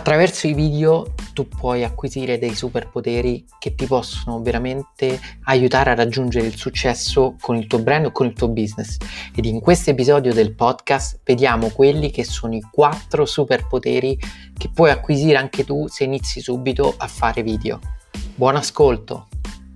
Attraverso i video tu puoi acquisire dei superpoteri che ti possono veramente aiutare a raggiungere il successo con il tuo brand o con il tuo business. Ed in questo episodio del podcast vediamo quelli che sono i 4 superpoteri che puoi acquisire anche tu se inizi subito a fare video. Buon ascolto!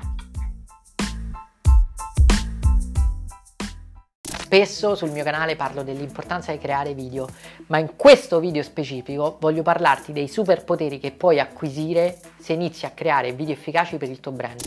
Spesso sul mio canale parlo dell'importanza di creare video, ma in questo video specifico voglio parlarti dei superpoteri che puoi acquisire se inizi a creare video efficaci per il tuo brand.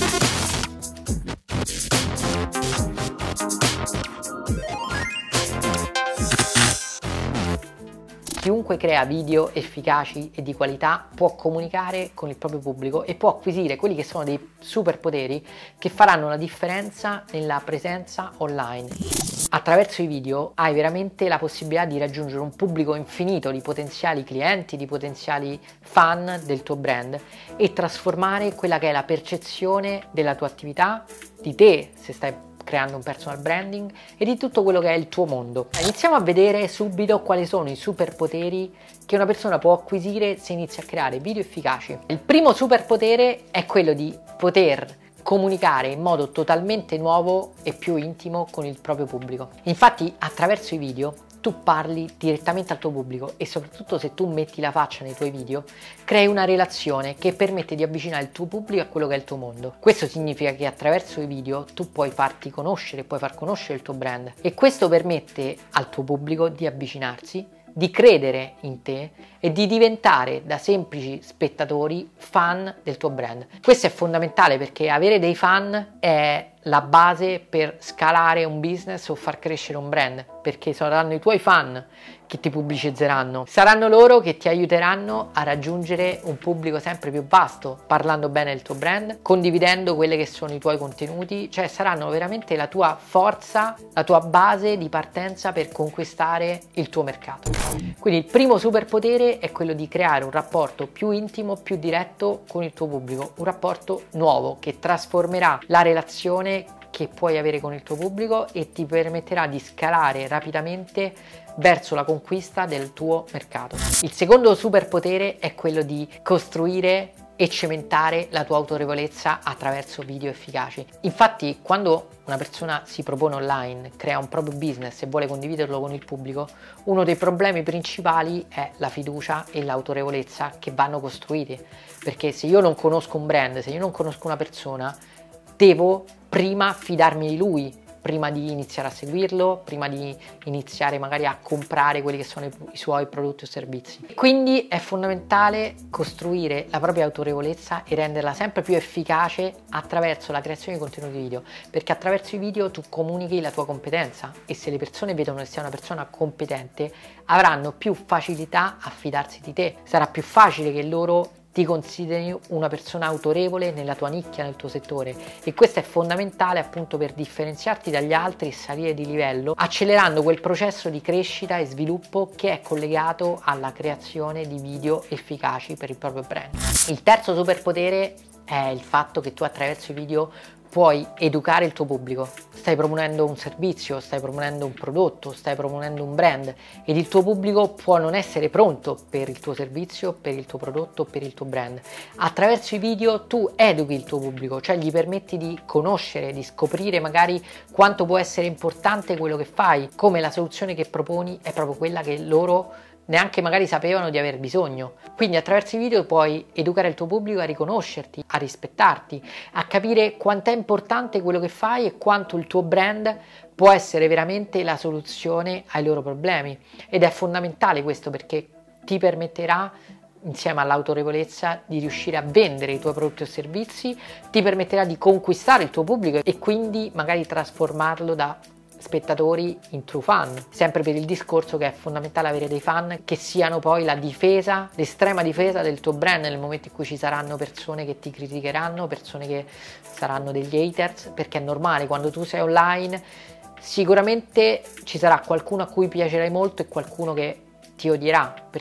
Chiunque crea video efficaci e di qualità può comunicare con il proprio pubblico e può acquisire quelli che sono dei superpoteri che faranno la differenza nella presenza online. Attraverso i video hai veramente la possibilità di raggiungere un pubblico infinito di potenziali clienti, di potenziali fan del tuo brand e trasformare quella che è la percezione della tua attività, di te se stai creando un personal branding e di tutto quello che è il tuo mondo. Iniziamo a vedere subito quali sono i superpoteri che una persona può acquisire se inizia a creare video efficaci. Il primo superpotere è quello di poter comunicare in modo totalmente nuovo e più intimo con il proprio pubblico. Infatti, attraverso i video tu parli direttamente al tuo pubblico e soprattutto se tu metti la faccia nei tuoi video, crei una relazione che permette di avvicinare il tuo pubblico a quello che è il tuo mondo. Questo significa che attraverso i video tu puoi farti conoscere, puoi far conoscere il tuo brand e questo permette al tuo pubblico di avvicinarsi, di credere in te e di diventare da semplici spettatori fan del tuo brand. Questo è fondamentale perché avere dei fan è la base per scalare un business o far crescere un brand, perché saranno i tuoi fan che ti pubblicizzeranno, saranno loro che ti aiuteranno a raggiungere un pubblico sempre più vasto, parlando bene del tuo brand, condividendo quelli che sono i tuoi contenuti, cioè saranno veramente la tua forza, la tua base di partenza per conquistare il tuo mercato. Quindi il primo superpotere è quello di creare un rapporto più intimo, più diretto con il tuo pubblico, un rapporto nuovo che trasformerà la relazione che puoi avere con il tuo pubblico e ti permetterà di scalare rapidamente verso la conquista del tuo mercato. Il secondo superpotere è quello di costruire e cementare la tua autorevolezza attraverso video efficaci. Infatti, quando una persona si propone online, crea un proprio business e vuole condividerlo con il pubblico, uno dei problemi principali è la fiducia e l'autorevolezza che vanno costruiti. Perché se io non conosco un brand, se io non conosco una persona, devo prima fidarmi di lui, prima di iniziare a seguirlo, prima di iniziare magari a comprare quelli che sono i suoi prodotti o servizi. Quindi è fondamentale costruire la propria autorevolezza e renderla sempre più efficace attraverso la creazione di contenuti video, perché attraverso i video tu comunichi la tua competenza e se le persone vedono che sei una persona competente avranno più facilità a fidarsi di te, sarà più facile che loro ti consideri una persona autorevole nella tua nicchia, nel tuo settore e questo è fondamentale appunto per differenziarti dagli altri e salire di livello, accelerando quel processo di crescita e sviluppo che è collegato alla creazione di video efficaci per il proprio brand. Il terzo superpotere è il fatto che tu attraverso i video puoi educare il tuo pubblico. Stai proponendo un servizio, stai proponendo un prodotto, stai proponendo un brand ed il tuo pubblico può non essere pronto per il tuo servizio, per il tuo prodotto, per il tuo brand. Attraverso i video tu educhi il tuo pubblico, cioè gli permetti di conoscere, di scoprire magari quanto può essere importante quello che fai, come la soluzione che proponi è proprio quella che loro neanche magari sapevano di aver bisogno. Quindi attraverso i video puoi educare il tuo pubblico a riconoscerti, a rispettarti, a capire quanto è importante quello che fai e quanto il tuo brand può essere veramente la soluzione ai loro problemi. Ed è fondamentale questo perché ti permetterà, insieme all'autorevolezza, di riuscire a vendere i tuoi prodotti o servizi, ti permetterà di conquistare il tuo pubblico e quindi magari trasformarlo da spettatori in true fan, sempre per il discorso che è fondamentale avere dei fan che siano poi la difesa, l'estrema difesa del tuo brand nel momento in cui ci saranno persone che ti criticheranno, persone che saranno degli haters, perché è normale, quando tu sei online sicuramente ci sarà qualcuno a cui piacerai molto e qualcuno che ti odierà, perché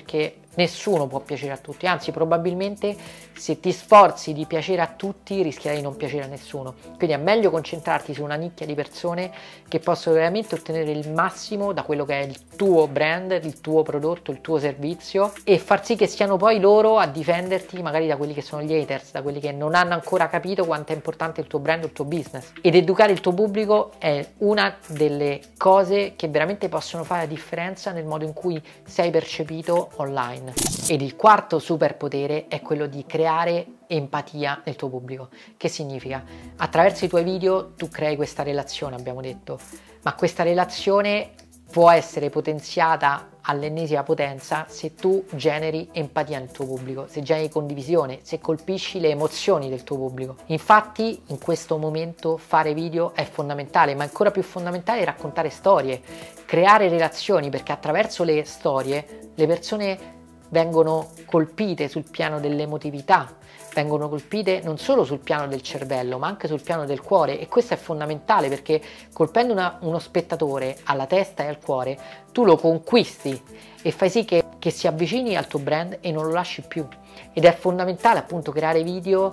Nessuno può piacere a tutti, anzi probabilmente se ti sforzi di piacere a tutti rischierai di non piacere a nessuno. Quindi è meglio concentrarti su una nicchia di persone che possono veramente ottenere il massimo da quello che è il tuo brand, il tuo prodotto, il tuo servizio, e far sì che siano poi loro a difenderti magari da quelli che sono gli haters, da quelli che non hanno ancora capito quanto è importante il tuo brand o il tuo business. Ed educare il tuo pubblico è una delle cose che veramente possono fare la differenza nel modo in cui sei percepito online. Ed il quarto superpotere è quello di creare empatia nel tuo pubblico. Che significa? Attraverso i tuoi video tu crei questa relazione, abbiamo detto, ma questa relazione può essere potenziata all'ennesima potenza se tu generi empatia nel tuo pubblico, se generi condivisione, se colpisci le emozioni del tuo pubblico. Infatti in questo momento fare video è fondamentale, ma ancora più fondamentale è raccontare storie, creare relazioni, perché attraverso le storie le persone vengono colpite sul piano dell'emotività, vengono colpite non solo sul piano del cervello ma anche sul piano del cuore, e questo è fondamentale perché colpendo uno spettatore alla testa e al cuore tu lo conquisti e fai sì che si avvicini al tuo brand e non lo lasci più. Ed è fondamentale appunto creare video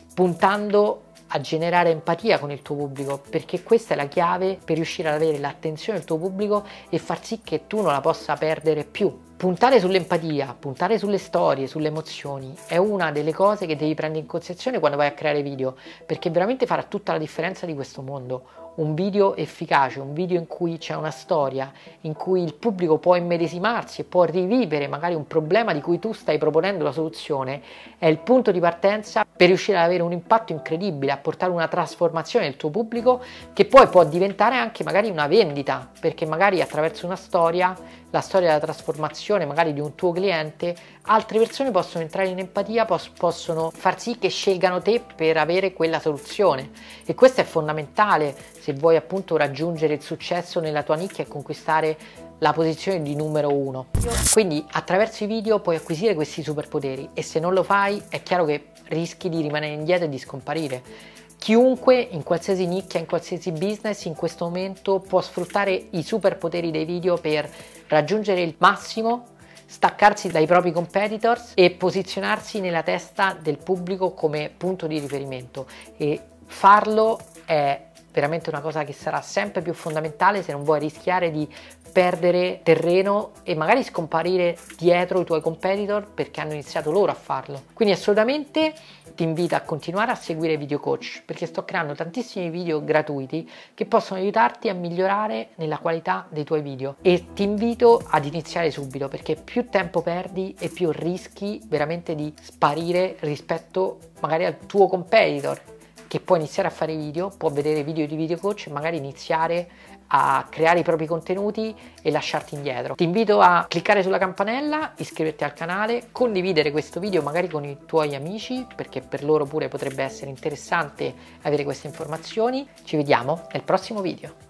puntando a generare empatia con il tuo pubblico, perché questa è la chiave per riuscire ad avere l'attenzione del tuo pubblico e far sì che tu non la possa perdere più. Puntare sull'empatia, puntare sulle storie, sulle emozioni è una delle cose che devi prendere in considerazione quando vai a creare video, perché veramente farà tutta la differenza di questo mondo. Un video efficace, un video in cui c'è una storia, in cui il pubblico può immedesimarsi e può rivivere magari un problema di cui tu stai proponendo la soluzione, è il punto di partenza per riuscire ad avere un impatto incredibile, a portare una trasformazione del tuo pubblico che poi può diventare anche magari una vendita, perché magari attraverso una storia, la storia della trasformazione magari di un tuo cliente, altre persone possono entrare in empatia, possono far sì che scelgano te per avere quella soluzione, e questo è fondamentale se vuoi appunto raggiungere il successo nella tua nicchia e conquistare la posizione di numero 1. Quindi attraverso i video puoi acquisire questi superpoteri, e se non lo fai è chiaro che rischi di rimanere indietro e di scomparire. Chiunque in qualsiasi nicchia, in qualsiasi business in questo momento può sfruttare i superpoteri dei video per raggiungere il massimo, staccarsi dai propri competitors e posizionarsi nella testa del pubblico come punto di riferimento, e farlo è veramente una cosa che sarà sempre più fondamentale se non vuoi rischiare di perdere terreno e magari scomparire dietro i tuoi competitor perché hanno iniziato loro a farlo. Quindi assolutamente ti invito a continuare a seguire Video Coach, perché sto creando tantissimi video gratuiti che possono aiutarti a migliorare nella qualità dei tuoi video, e ti invito ad iniziare subito, perché più tempo perdi e più rischi veramente di sparire rispetto magari al tuo competitor, che può iniziare a fare video, può vedere video di Video Coach e magari iniziare a creare i propri contenuti e lasciarti indietro. Ti invito a cliccare sulla campanella, iscriverti al canale, condividere questo video magari con i tuoi amici, perché per loro pure potrebbe essere interessante avere queste informazioni. Ci vediamo nel prossimo video.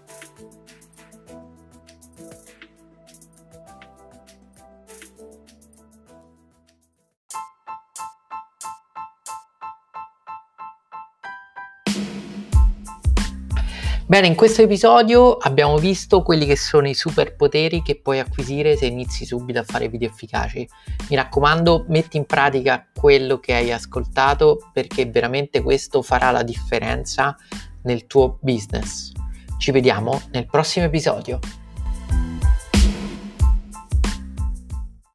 Bene, in questo episodio abbiamo visto quelli che sono i superpoteri che puoi acquisire se inizi subito a fare video efficaci. Mi raccomando, metti in pratica quello che hai ascoltato, perché veramente questo farà la differenza nel tuo business. Ci vediamo nel prossimo episodio.